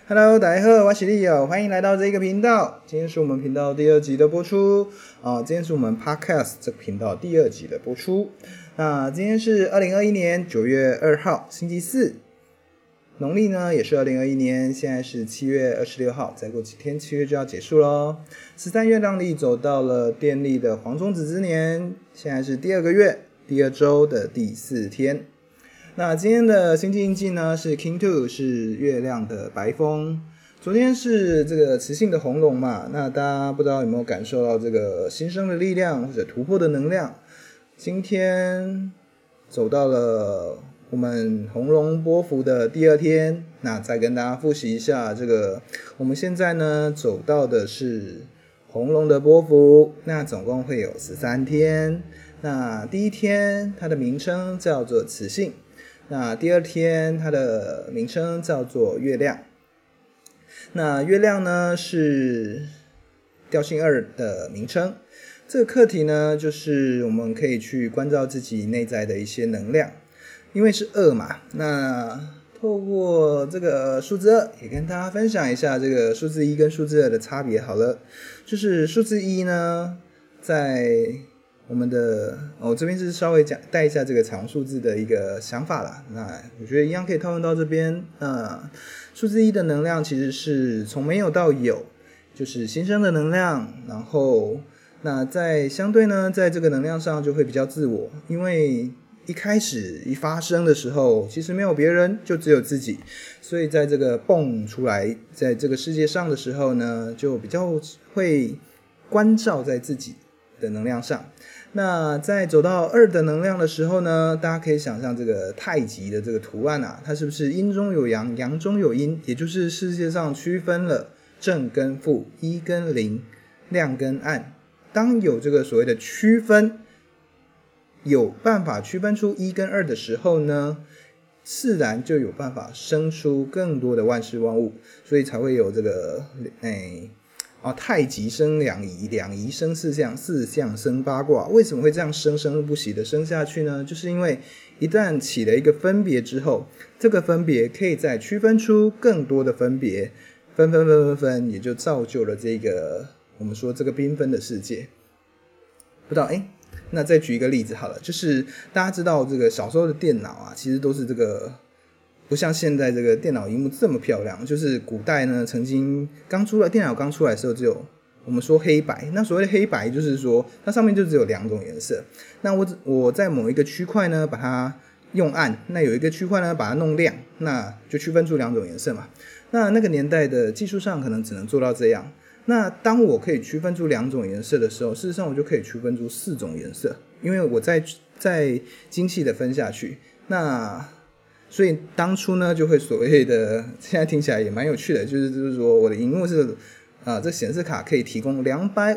Hello，大家好，我是利友，欢迎来到这个频道。今天是我们频道第2集的播出今天是我们 Podcast 这个频道第2集的播出。那今天是2021年9月2号，星期四，农历呢也是2021年，现在是7月26号，再过几天7月就要结束咯。13月亮历走到了电力的黄种子之年，现在是第2个月第2周的第4天。那今天的星际印记呢是 King 2， 是月亮的白风。昨天是这个磁性的红龙嘛，那大家不知道有没有感受到这个新生的力量或者突破的能量。今天走到了我们红龙波符的第2天，那再跟大家复习一下这个，我们现在呢走到的是红龙的波符，那总共会有13天。那第1天它的名称叫做磁性，那第2天它的名称叫做月亮。那月亮呢是调性2的名称。这个课题呢就是我们可以去关照自己内在的一些能量，因为是2嘛，那透过这个数字2也跟大家分享一下这个数字1跟数字2的差别好了。就是数字1呢在我们的这边是稍微带一下这个彩虹数字的一个想法啦，那我觉得一样可以套用到这边。数字1的能量其实是从没有到有，就是新生的能量，然后那在相对呢在这个能量上就会比较自我，因为一开始一发生的时候其实没有别人，就只有自己，所以在这个蹦出来在这个世界上的时候呢就比较会关照在自己的能量上。那在走到2的能量的时候呢，大家可以想象这个太极的这个图案啊，它是不是阴中有阳，阳中有阴，也就是世界上区分了正跟负，一跟零，亮跟暗。当有这个所谓的区分，有办法区分出1跟2的时候呢，自然就有办法生出更多的万事万物，所以才会有这个太极生两仪，两仪生四象，四象生八卦。为什么会这样生不息的生下去呢？就是因为一旦起了一个分别之后，这个分别可以再区分出更多的分别，分，也就造就了这个我们说这个缤纷的世界。不知道那再举一个例子好了，就是大家知道这个小时候的电脑啊，其实都是这个不像现在这个电脑萤幕这么漂亮，就是古代呢曾经电脑刚出来的时候只有我们说黑白，那所谓的黑白就是说它上面就只有2种颜色，那我在某一个区块呢把它用暗，那有一个区块呢把它弄亮，那就区分出2种颜色嘛。那个年代的技术上可能只能做到这样，那当我可以区分出2种颜色的时候，事实上我就可以区分出4种颜色，因为我再精细的分下去，那所以当初呢就会所谓的，现在听起来也蛮有趣的，就是说我的萤幕是这显示卡可以提供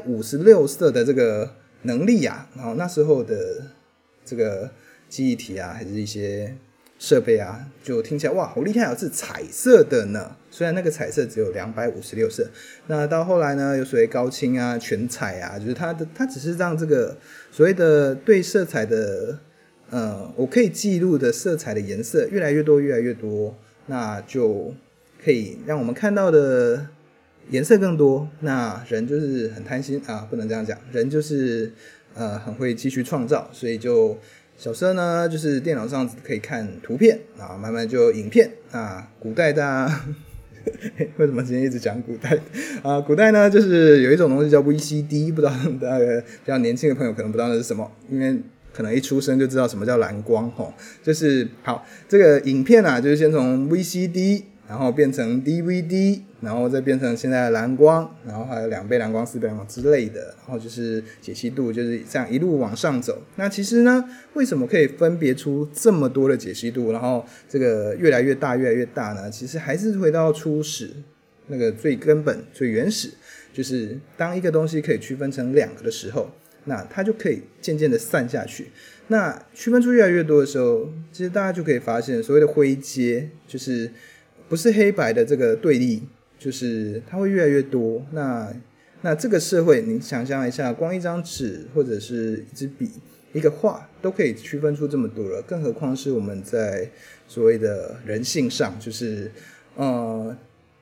256色的这个能力啊，然后那时候的这个记忆体啊还是一些设备啊，就听起来哇好厉害啊，是彩色的呢，虽然那个彩色只有256色。那到后来呢有所谓高清啊全彩啊，就是它只是让这个所谓的对色彩的我可以记录的色彩的颜色越来越多，那就可以让我们看到的颜色更多。那人就是很贪心啊，不能这样讲，人就是很会继续创造，所以就小时候呢就是电脑上可以看图片啊，慢慢就影片啊。古代大家为什么今天一直讲古代古代呢就是有一种东西叫 VCD， 不知道大家比较年轻的朋友可能不知道那是什么，因为可能一出生就知道什么叫蓝光就是好，这个影片啊就是先从 VCD 然后变成 DVD， 然后再变成现在的蓝光，然后还有2倍蓝光4倍蓝光之类的，然后就是解析度就是这样一路往上走。那其实呢为什么可以分别出这么多的解析度，然后这个越来越大呢？其实还是回到初始那个最根本最原始，就是当一个东西可以区分成2个的时候，那它就可以渐渐的散下去。那区分出越来越多的时候，其实大家就可以发现所谓的灰阶就是不是黑白的这个对立，就是它会越来越多。那这个社会你想象一下，光一张纸或者是一支笔一个画都可以区分出这么多了，更何况是我们在所谓的人性上，就是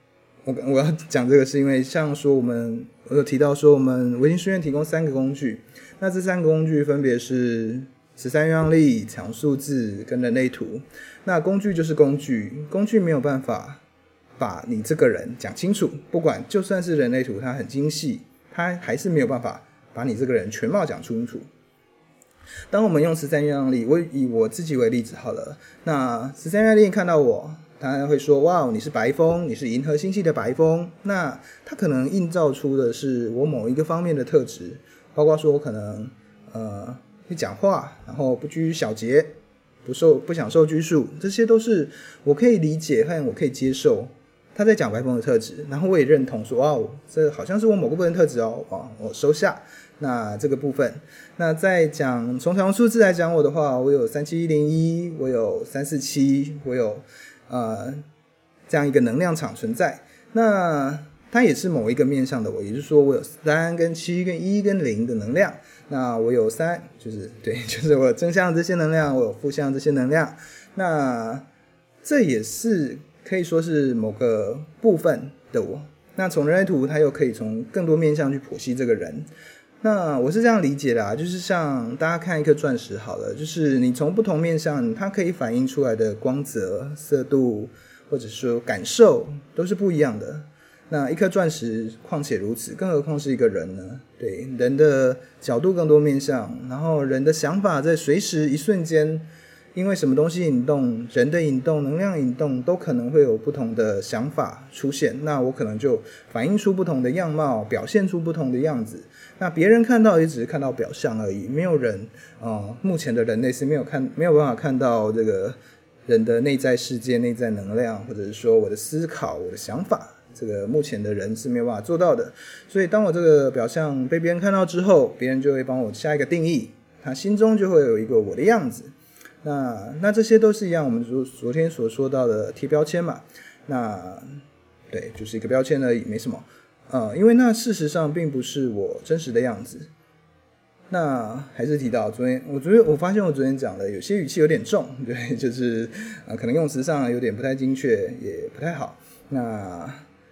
我要讲这个是因为像说我有提到说我们维京书院提供3个工具，那这3个工具分别是13愿望力、彩虹数字跟人类图。那工具就是工具，工具没有办法把你这个人讲清楚，不管就算是人类图它很精细，它还是没有办法把你这个人全貌讲清楚。当我们用13愿望力，我以我自己为例子好了，那13愿望力看到我，他会说哇，你是白风，你是银河星系的白风，那他可能映照出的是我某一个方面的特质，包括说我可能会讲话，然后不拘小节，不想受拘束，这些都是我可以理解和我可以接受他在讲白风的特质，然后我也认同说哇，这好像是我某个部分的特质哦，我收下。那这个部分，那再讲从彩虹数字来讲我的话，我有37101，我有347，我有这样一个能量场存在。那它也是某一个面向的我，也就是说我有3跟7跟1跟0的能量。那我有就是我有正向这些能量，我有负向这些能量。那这也是可以说是某个部分的我。那从人类图，它又可以从更多面向去剖析这个人。那我是这样理解的就是像大家看一颗钻石好了，就是你从不同面向，它可以反映出来的光泽、色度，或者说感受都是不一样的。那一颗钻石况且如此，更何况是一个人呢？对，人的角度更多面向，然后人的想法在随时一瞬间，因为什么东西引动，人的引动、能量引动，都可能会有不同的想法出现。那我可能就反映出不同的样貌，表现出不同的样子。那别人看到也只是看到表象而已，没有人目前的人类是没有办法看到这个人的内在世界、内在能量，或者是说我的思考、我的想法，这个目前的人是没有办法做到的。所以当我这个表象被别人看到之后，别人就会帮我下一个定义，他心中就会有一个我的样子。那这些都是一样，我们昨天所说到的贴标签嘛。那对，就是一个标签而已，没什么。因为那事实上并不是我真实的样子。那还是提到我发现我昨天讲的有些语气有点重，对，就是可能用词上有点不太精确，也不太好。那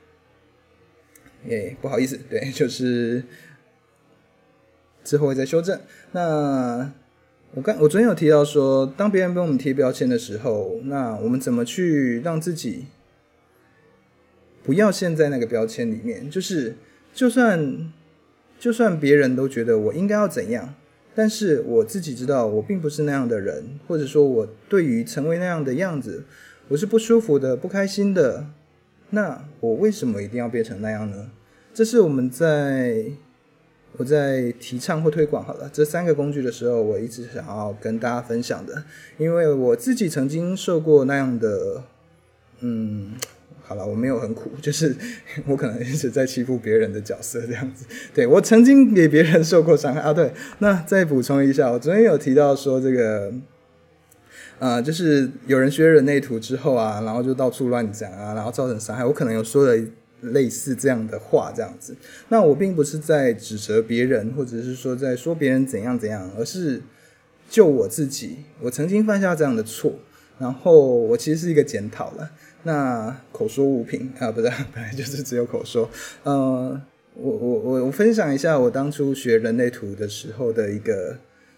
不好意思，对，就是之后会再修正。那我昨天有提到说，当别人帮我们贴标签的时候，那我们怎么去让自己不要陷在那个标签里面？就是就算别人都觉得我应该要怎样，但是我自己知道我并不是那样的人，或者说我对于成为那样的样子我是不舒服的、不开心的，那我为什么一定要变成那样呢？这是我在提倡或推广好了这3个工具的时候，我一直想要跟大家分享的。因为我自己曾经受过那样的好了，我没有很苦，就是我可能一直在欺负别人的角色这样子。对，我曾经给别人受过伤害对，那再补充一下，我昨天有提到说这个就是有人学人类图之后啊，然后就到处乱讲啊，然后造成伤害。我可能有说了类似这样的话这样子。那我并不是在指责别人，或者是说在说别人怎样怎样，而是就我自己，我曾经犯下这样的错，然后我其实是一个检讨了。那口说无凭不是，本来就是只有口说。我分享一下我当初学人类图的时候的一个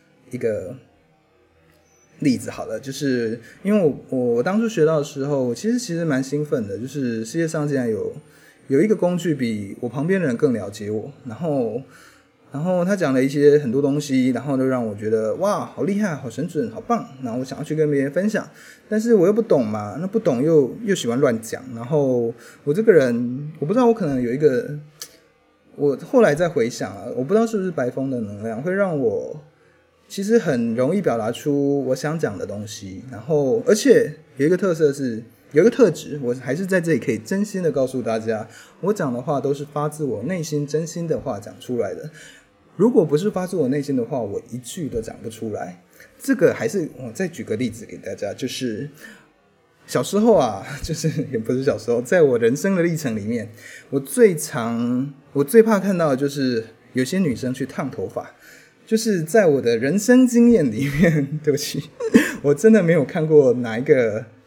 例子好了，就是因为我当初学到的时候，我其实蛮兴奋的，就是世界上竟然有一个工具比我旁边的人更了解我，然后他讲了一些很多东西，然后就让我觉得哇，好厉害，好神准，好棒，然后我想要去跟别人分享，但是我又不懂嘛，那不懂又喜欢乱讲，然后我这个人我不知道，我可能有一个，我后来再回想我不知道是不是白风的能量会让我其实很容易表达出我想讲的东西，然后而且有一个特色是，有一个特质，我还是在这里可以真心的告诉大家，我讲的话都是发自我内心真心的话讲出来的。如果不是发自我内心的话，我一句都讲不出来。这个还是我再举个例子给大家，就是小时候就是也不是小时候，在我人生的历程里面，我最怕看到的就是有些女生去烫头发。就是在我的人生经验里面，对不起，我真的没有看过哪一个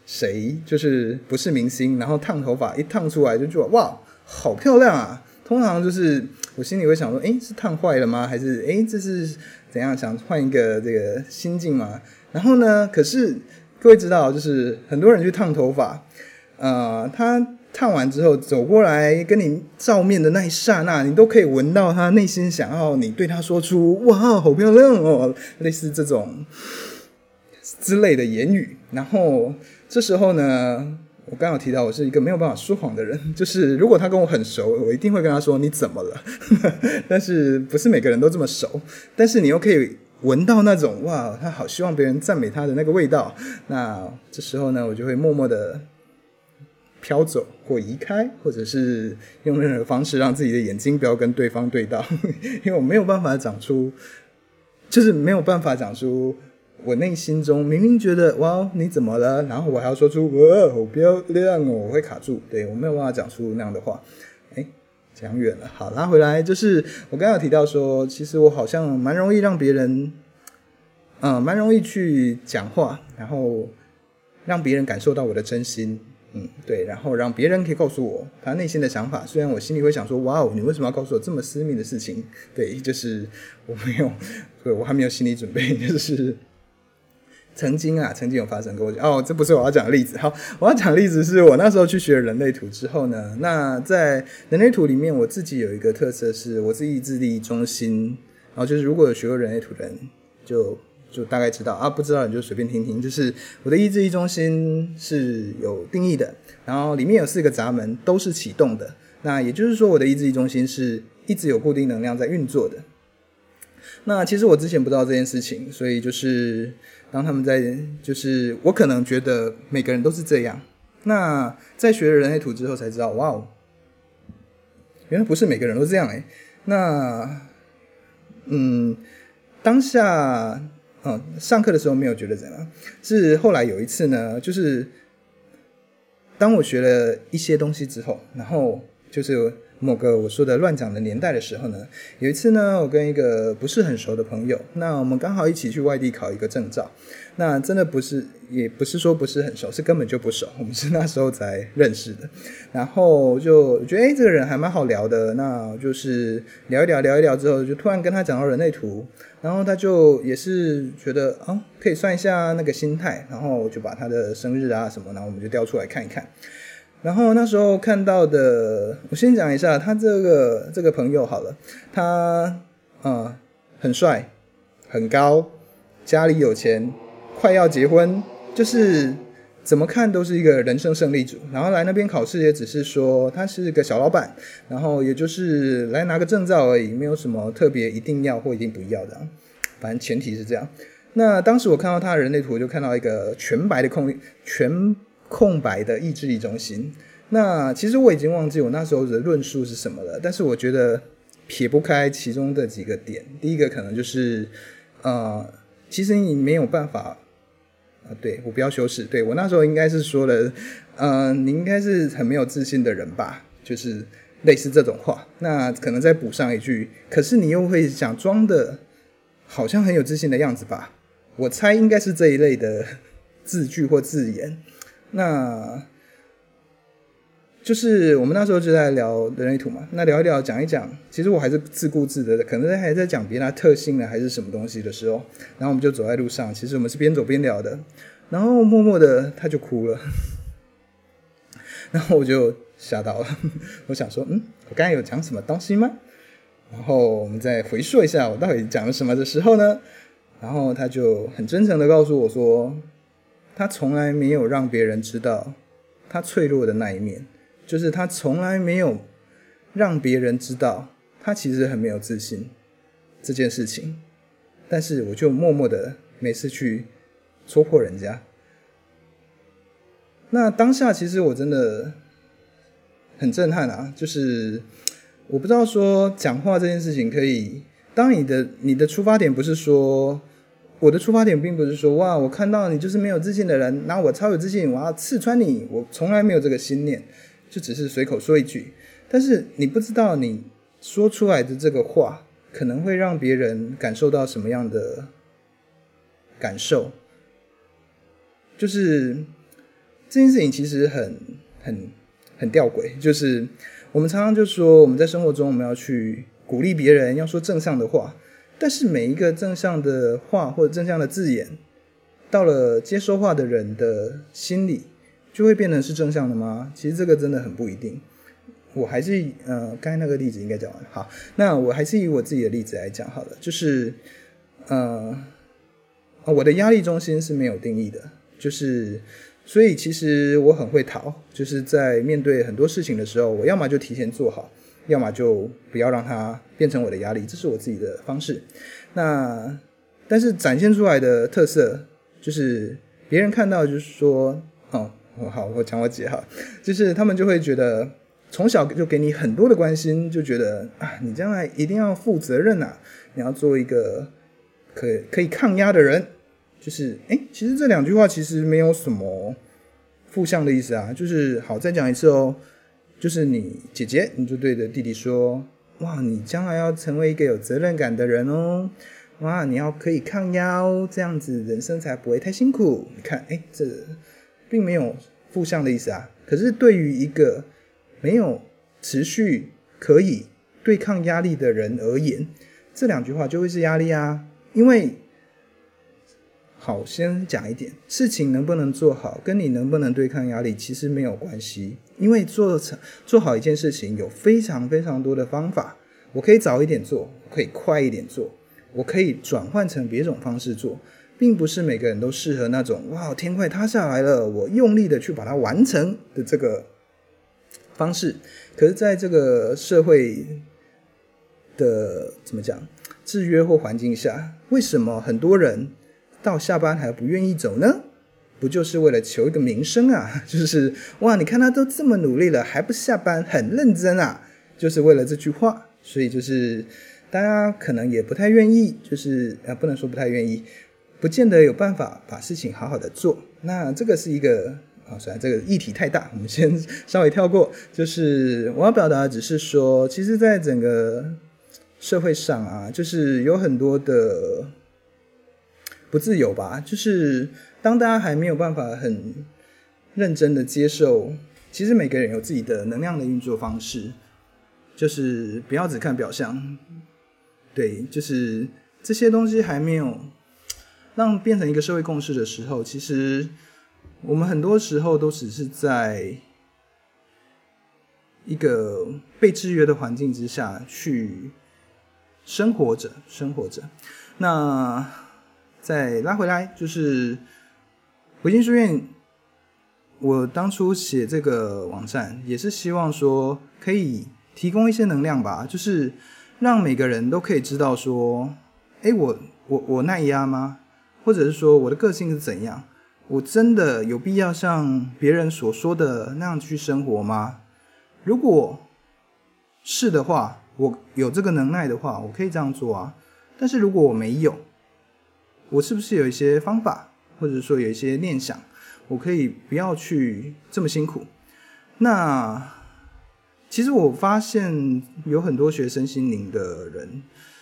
谁就是不是明星，然后烫头发一烫出来就觉得哇好漂亮啊，通常就是我心里会想说是烫坏了吗，还是这是怎样，想换一个这个心境吗？然后呢，可是各位知道，就是很多人去烫头发，他烫完之后走过来跟你照面的那一刹那，你都可以闻到他内心想要你对他说出哇好漂亮哦，类似这种之类的言语。然后这时候呢，我刚刚有提到我是一个没有办法说谎的人，就是如果他跟我很熟，我一定会跟他说你怎么了但是不是每个人都这么熟，但是你又可以闻到那种哇他好希望别人赞美他的那个味道，那这时候呢我就会默默的飘走或移开，或者是用任何方式让自己的眼睛不要跟对方对到因为我没有办法讲出，就是没有办法讲出我内心中明明觉得哇你怎么了，然后我还要说出哇好漂亮哦，我会卡住，对，我没有办法讲出那样的话。讲远了，好，拉回来，就是我刚刚有提到说其实我好像蛮容易让别人蛮容易去讲话，然后让别人感受到我的真心，对，然后让别人可以告诉我他内心的想法，虽然我心里会想说哇哦你为什么要告诉我这么私密的事情，对，就是我还没有心理准备，就是曾经有发生过这不是我要讲的例子。好，我要讲的例子是我那时候去学人类图之后呢，那在人类图里面我自己有一个特色是我自己意志力中心，然后就是如果有学过人类图的人就大概知道不知道你就随便听听，就是我的意志力中心是有定义的，然后里面有4个闸门都是启动的，那也就是说我的意志力中心是一直有固定能量在运作的。那其实我之前不知道这件事情，所以就是当他们在就是我可能觉得每个人都是这样，那在学了人类图之后才知道哇哦原来不是每个人都这样那当下上课的时候没有觉得怎样，是后来有一次呢，就是当我学了一些东西之后，然后就是某个我说的乱讲的年代的时候呢，有一次呢我跟一个不是很熟的朋友，那我们刚好一起去外地考一个证照，那真的也不是说不是很熟，是根本就不熟，我们是那时候才认识的，然后就觉得这个人还蛮好聊的，那就是聊一聊之后就突然跟他讲到人类图，然后他就也是觉得可以算一下那个心态，然后就把他的生日什么，然后我们就调出来看一看。然后那时候看到的，我先讲一下他这个朋友好了，他很帅很高，家里有钱，快要结婚，就是怎么看都是一个人生胜利组，然后来那边考试也只是说他是个小老板，然后也就是来拿个证照而已，没有什么特别一定要或一定不要的反正前提是这样。那当时我看到他的人类图，就看到一个全空白的意志力中心，那其实我已经忘记我那时候的论述是什么了，但是我觉得撇不开其中的几个点，第一个可能就是其实你没有办法对，我不要修饰，对，我那时候应该是说了你应该是很没有自信的人吧，就是类似这种话，那可能再补上一句，可是你又会想装的好像很有自信的样子吧，我猜应该是这一类的字句或字眼。那就是我们那时候就在聊人类图嘛，那聊一聊讲一讲，其实我还是自顾自的，可能还在讲别的特性呢还是什么东西的时候，然后我们就走在路上，其实我们是边走边聊的，然后默默的他就哭了然后我就吓到了我想说我刚才有讲什么东西吗？然后我们再回溯一下我到底讲了什么的时候呢，然后他就很真诚的告诉我说他从来没有让别人知道他脆弱的那一面，就是他从来没有让别人知道他其实很没有自信这件事情，但是我就默默的每次去戳破人家。那当下其实我真的很震撼就是我不知道说讲话这件事情可以，当你的出发点不是说，我的出发点并不是说哇我看到你就是没有自信的人，然后我超有自信我要刺穿你，我从来没有这个心念，就只是随口说一句，但是你不知道你说出来的这个话可能会让别人感受到什么样的感受，就是这件事情其实很吊诡，就是我们常常就说我们在生活中我们要去鼓励别人，要说正向的话，但是每一个正向的话或者正向的字眼，到了接收话的人的心里，就会变成是正向的吗？其实这个真的很不一定。我还是刚才那个例子应该讲完，好，那我还是以我自己的例子来讲好了，就是我的压力中心是没有定义的，就是所以其实我很会逃，就是在面对很多事情的时候，我要么就提前做好，要么就不要让它变成我的压力，这是我自己的方式。那但是展现出来的特色，就是别人看到就是说，好，我讲我姐哈，就是他们就会觉得从小就给你很多的关心，就觉得你将来一定要负责任啊，你要做一个可以抗压的人。就是其实这两句话其实没有什么负向的意思啊，就是好，再讲一次哦，就是你姐姐你就对着弟弟说，哇，你将来要成为一个有责任感的人哦，哇，你要可以抗压哦，这样子人生才不会太辛苦。你看这并没有负向的意思啊，可是对于一个没有持续可以对抗压力的人而言，这两句话就会是压力啊。因为好，先讲一点，事情能不能做好跟你能不能对抗压力其实没有关系，因为做好一件事情有非常非常多的方法，我可以早一点做，我可以快一点做，我可以转换成别种方式做，并不是每个人都适合那种哇天快塌下来了，我用力的去把它完成的这个方式。可是在这个社会的怎么讲制约或环境下，为什么很多人到下班还不愿意走呢？不就是为了求一个名声啊？就是哇，你看他都这么努力了，还不下班，很认真啊，就是为了这句话。所以就是大家可能也不太愿意，就是不能说不太愿意，不见得有办法把事情好好的做。那这个是一个算了，这个议题太大，我们先稍微跳过。就是我要表达的只是说，其实在整个社会上啊，就是有很多的不自由吧，就是当大家还没有办法很认真的接受，其实每个人有自己的能量的运作方式，就是不要只看表象。对，就是这些东西还没有让变成一个社会共识的时候，其实我们很多时候都只是在一个被制约的环境之下去生活着。那再拉回来，就是维京书院，我当初写这个网站也是希望说可以提供一些能量吧，就是让每个人都可以知道说我耐压吗？或者是说我的个性是怎样？我真的有必要像别人所说的那样去生活吗？如果是的话，我有这个能耐的话，我可以这样做啊。但是如果我没有，我是不是有一些方法，或者说有一些念想，我可以不要去这么辛苦？那其实我发现有很多学身心灵的人，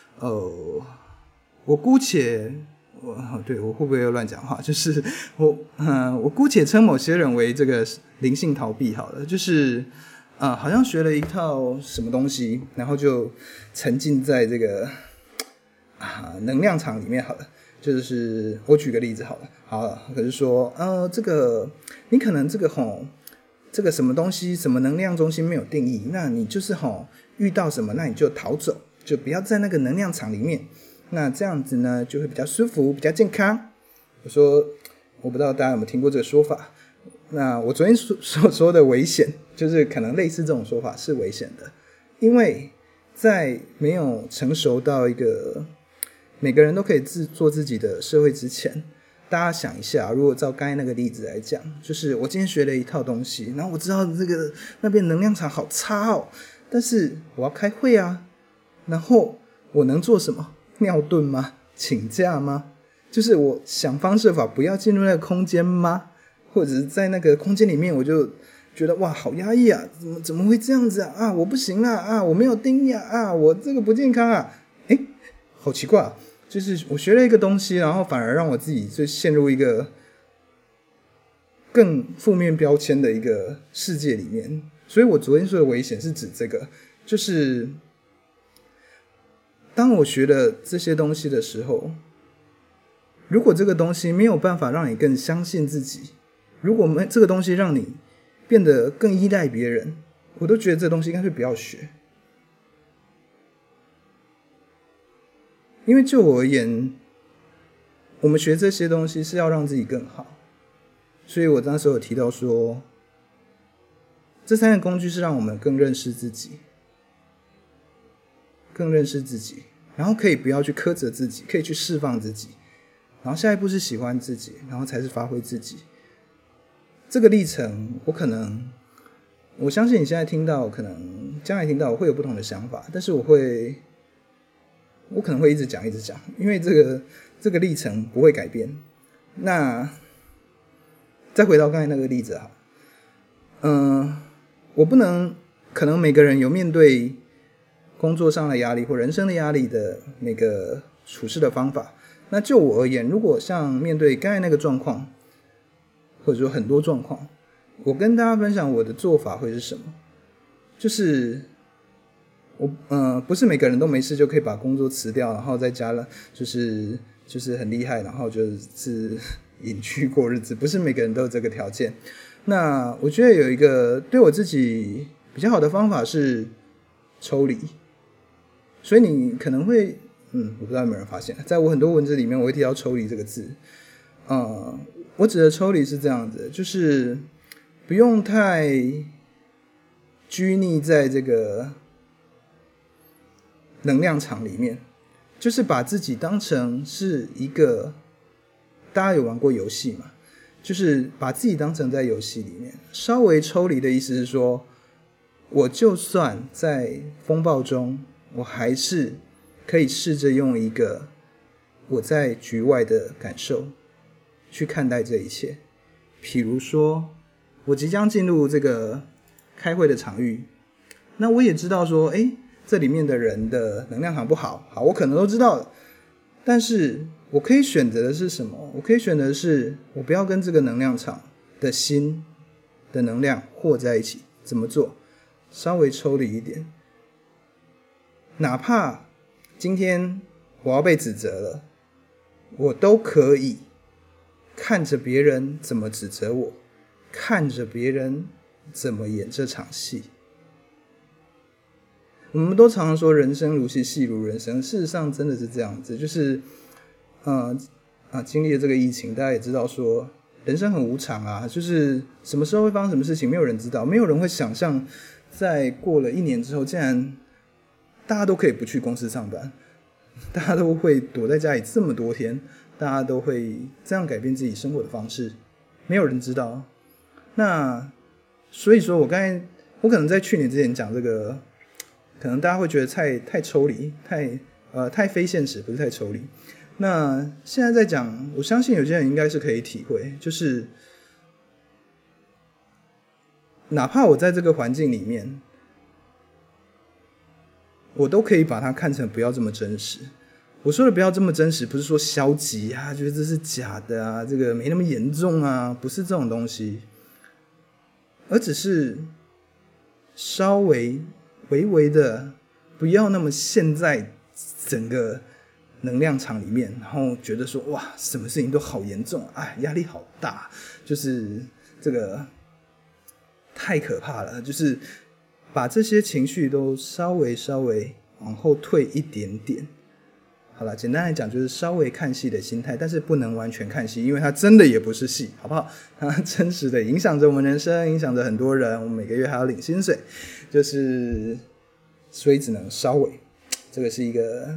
我姑且对，我会不会又乱讲话？就是我姑且称某些人为这个灵性逃避好了，就是好像学了一套什么东西，然后就沉浸在这个能量场里面好了。就是我举个例子好了，可是说这个你可能这个什么东西什么能量中心没有定义，那你就是遇到什么那你就逃走，就不要在那个能量场里面，那这样子呢就会比较舒服比较健康。我不知道大家有没有听过这个说法，那我昨天所说的危险，就是可能类似这种说法是危险的，因为在没有成熟到一个每个人都可以做自己的社会之前，大家想一下，如果照刚才那个例子来讲，就是我今天学了一套东西，然后我知道那边能量场好差哦，但是我要开会啊，然后我能做什么？尿遁吗？请假吗？就是我想方设法不要进入那个空间吗？或者是在那个空间里面我就觉得哇好压抑啊，怎么会这样子啊？我不行啊，我没有定义啊，我这个不健康啊，好奇怪啊。就是我学了一个东西，然后反而让我自己就陷入一个更负面标签的一个世界里面。所以我昨天说的危险是指这个，就是当我学了这些东西的时候，如果这个东西没有办法让你更相信自己，如果这个东西让你变得更依赖别人，我都觉得这东西干脆不要学。因为就我而言，我们学这些东西是要让自己更好，所以我那时候有提到说，这3个工具是让我们更认识自己，然后可以不要去苛责自己，可以去释放自己，然后下一步是喜欢自己，然后才是发挥自己。这个历程我相信你现在听到，可能将来听到我会有不同的想法，但是我可能会一直讲，因为这个历程不会改变。那再回到刚才那个例子我不能，可能每个人有面对工作上的压力或人生的压力的那个处事的方法。那就我而言，如果像面对刚才那个状况，或者说很多状况，我跟大家分享我的做法会是什么，就是不是每个人都没事就可以把工作辞掉，然后在家了就是很厉害，然后就是隐居过日子，不是每个人都有这个条件。那我觉得有一个对我自己比较好的方法是抽离。所以你可能会我不知道有没有人发现，在我很多文字里面我会提到抽离这个字。我指的抽离是这样子，就是不用太拘泥在这个能量场里面，就是把自己当成是一个，大家有玩过游戏嘛，就是把自己当成在游戏里面。稍微抽离的意思是说，我就算在风暴中，我还是可以试着用一个我在局外的感受去看待这一切。比如说我即将进入这个开会的场域，那我也知道说这里面的人的能量场不好，我可能都知道，但是我可以选择的是什么？我可以选择的是我不要跟这个能量场的心的能量和在一起。怎么做？稍微抽离一点，哪怕今天我要被指责了，我都可以看着别人怎么指责我，看着别人怎么演这场戏。我们都常常说人生如戏，戏如人生，事实上真的是这样子。就是经历了这个疫情，大家也知道说人生很无常啊，就是什么时候会发生什么事情没有人知道，没有人会想象在过了1年之后，竟然大家都可以不去公司上班，大家都会躲在家里这么多天，大家都会这样改变自己生活的方式，没有人知道。那所以说我可能在去年之前讲这个，可能大家会觉得太抽离，太非现实，不是太抽离。那现在在讲，我相信有些人应该是可以体会，就是哪怕我在这个环境里面，我都可以把它看成不要这么真实。我说的不要这么真实，不是说消极啊，觉得这是假的啊，这个没那么严重啊，不是这种东西，而只是稍微微微的不要那么陷在整个能量场里面，然后觉得说哇，什么事情都好严重，压力好大，就是这个太可怕了，就是把这些情绪都稍微往后退一点点。好了，简单来讲就是稍微看戏的心态，但是不能完全看戏，因为它真的也不是戏，好不好？它真实的影响着我们人生，影响着很多人，我们每个月还要领薪水，就是所以只能稍微，这个是一个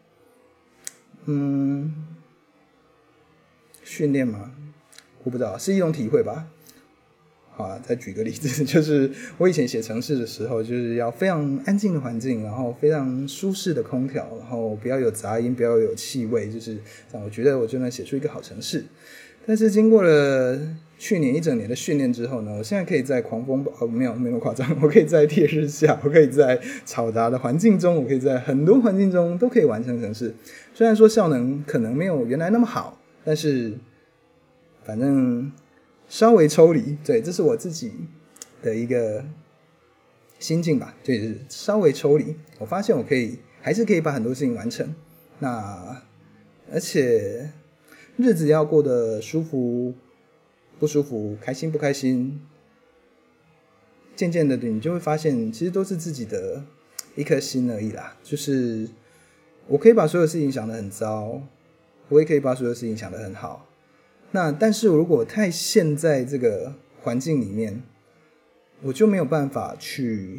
训练吗？我不知道，是一种体会吧。好，再举个例子，就是我以前写程式的时候，就是要非常安静的环境，然后非常舒适的空调，然后不要有杂音，不要有气味，就是这样，我觉得我就能写出一个好程式。但是经过了去年1整年的训练之后呢，我现在可以在狂风暴没有那么夸张，我可以在烈日下，我可以在嘈杂的环境中，我可以在很多环境中都可以完成程式。虽然说效能可能没有原来那么好，但是反正稍微抽离，对，这是我自己的一个心境吧，就是稍微抽离，我发现我还是可以把很多事情完成，那而且日子要过得舒服不舒服，开心不开心，渐渐的你就会发现其实都是自己的一颗心而已啦，就是我可以把所有事情想得很糟，我也可以把所有事情想得很好，那但是如果太陷在这个环境里面，我就没有办法去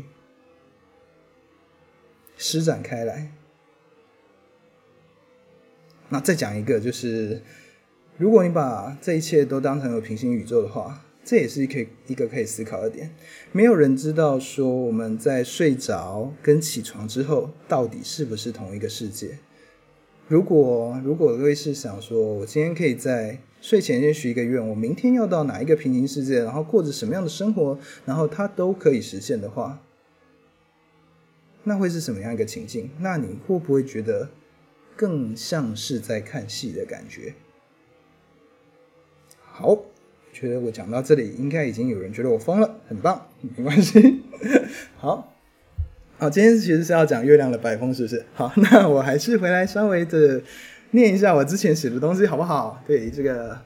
施展开来。那再讲一个，就是如果你把这一切都当成有平行宇宙的话，这也是一个可以思考的点。没有人知道说我们在睡着跟起床之后到底是不是同一个世界。如果各位是想说我今天可以在睡前先许一个愿，我明天要到哪一个平行世界，然后过着什么样的生活，然后它都可以实现的话，那会是什么样一个情境？那你会不会觉得更像是在看戏的感觉？好，觉得我讲到这里应该已经有人觉得我疯了，很棒，没关系。好，今天其实是要讲月亮的白风，是不是？好，那我还是回来稍微的念一下我之前写的东西好不好？对，这个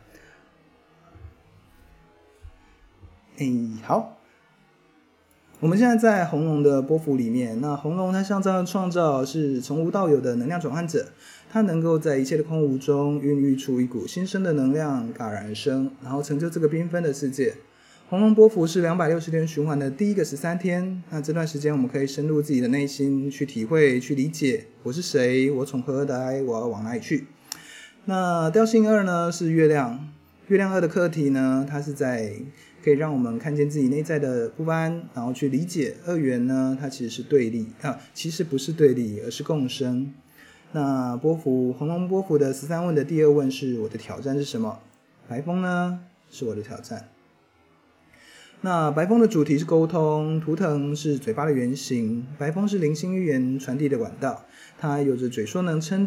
好，我们现在在红龙的波符里面，那红龙它象征的创造是从无到有的能量转换者，它能够在一切的空无中孕育出一股新生的能量，戛然而生，然后成就这个缤纷的世界。红龙波符是260天循环的第一个13天，那这段时间我们可以深入自己的内心，去体会，去理解我是谁，我从何而来，我要往哪里去。那调性2呢是月亮，月亮2的课题呢，它是可以让我们看见自己内在的不安，然后去理解二元呢，它其实是对立其实不是对立，而是共生。那红龙波符的13问的第2问是我的挑战是什么？白风呢是我的挑战。那白风的主题是沟通，图腾是嘴巴的原型，白风是灵性语言传递的管道，它有着嘴说能成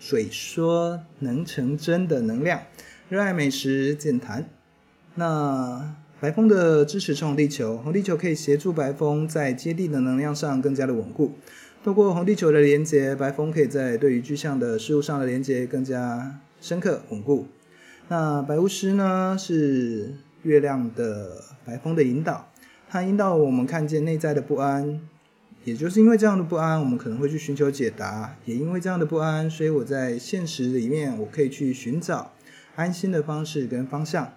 真的能量，热爱美食健谈。那白风的支持是红地球，红地球可以协助白风在接地的能量上更加的稳固，透过红地球的连结，白风可以在对于具象的事物上的连结更加深刻稳固。那白巫师呢是月亮的白风的引导，它引导我们看见内在的不安，也就是因为这样的不安，我们可能会去寻求解答，也因为这样的不安，所以我在现实里面我可以去寻找安心的方式跟方向。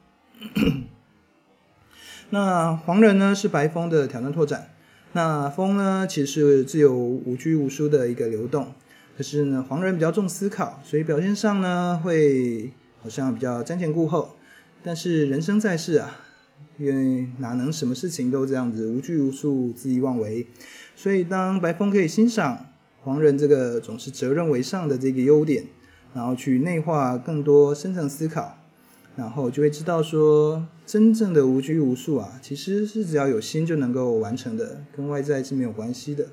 那黄人呢是白风的挑战拓展，那风呢其实是自由无拘无束的一个流动，可是呢黄人比较重思考，所以表现上呢会好像比较瞻前顾后，但是人生在世因为哪能什么事情都这样子无拘无束恣意妄为，所以当白风可以欣赏黄人这个总是责任为上的这个优点，然后去内化更多深层思考，然后就会知道说真正的无拘无束其实是只要有心就能够完成的，跟外在是没有关系的。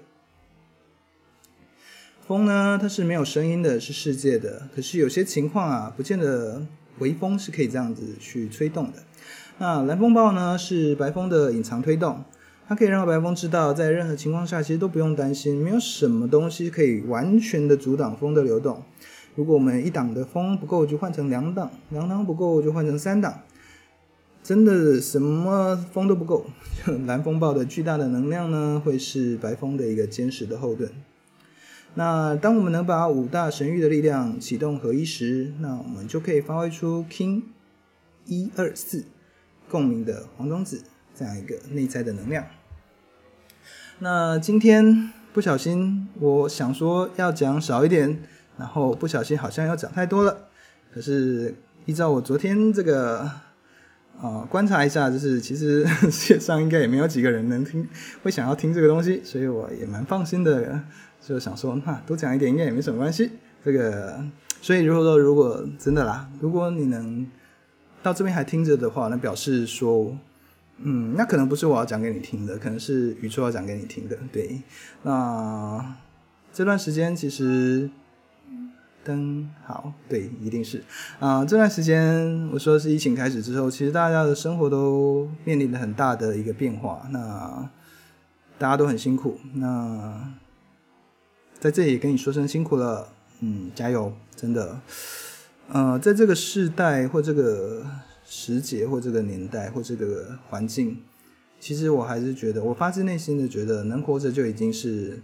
风呢它是没有声音的，是世界的，可是有些情况不见得微风是可以这样子去吹动的。那蓝风暴呢是白风的隐藏推动，它可以让白风知道在任何情况下其实都不用担心，没有什么东西可以完全的阻挡风的流动。如果我们一档的风不够就换成2档，2档不够就换成3档，真的什么风都不够，蓝风暴的巨大的能量呢会是白风的一个坚实的后盾。那当我们能把5大神域的力量启动合一时，那我们就可以发挥出 King 124共鸣的黄种子这样一个内在的能量。那今天不小心我想说要讲少一点，然后不小心好像要讲太多了，可是依照我昨天这个观察一下，就是其实世界上应该也没有几个人会想要听这个东西，所以我也蛮放心的，就想说多讲一点应该也没什么关系。所以如果真的啦，如果你能到这边还听着的话，那表示说那可能不是我要讲给你听的，可能是宇宙要讲给你听的。对，那这段时间其实灯好，对，一定是这段时间我说是疫情开始之后，其实大家的生活都面临了很大的一个变化，那大家都很辛苦，那在这里也跟你说声辛苦了，加油，真的，在这个世代或这个时节或这个年代或这个环境，其实我还是觉得，我发自内心的觉得能活着就已经是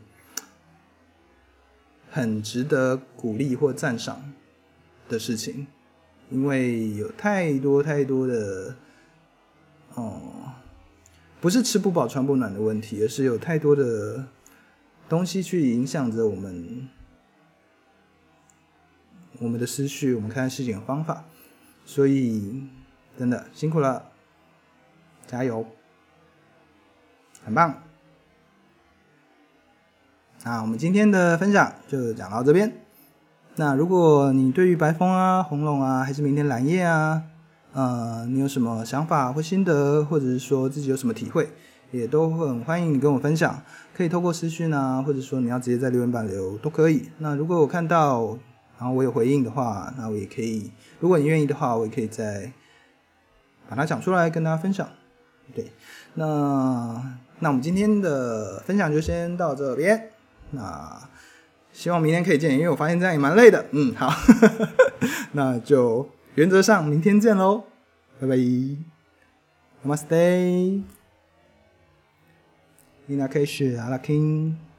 很值得鼓励或赞赏的事情，因为有太多太多的不是吃不饱穿不暖的问题，而是有太多的东西去影响着我们的思绪，我们看待事情的方法，所以真的辛苦了，加油，很棒。那我们今天的分享就讲到这边。那如果你对于白风啊、红龙啊，还是明天蓝夜啊，你有什么想法或心得，或者是说自己有什么体会，也都很欢迎你跟我分享。可以透过私讯啊，或者说你要直接在留言板留都可以。那如果我看到，然后我有回应的话，那我也可以，如果你愿意的话，我也可以再把它讲出来跟大家分享。对，那我们今天的分享就先到这边。那希望明天可以见，因为我发现这样也蛮累的。好，那就原则上明天见咯，拜拜 ，Namaste， Nina Kesh， 阿拉 King。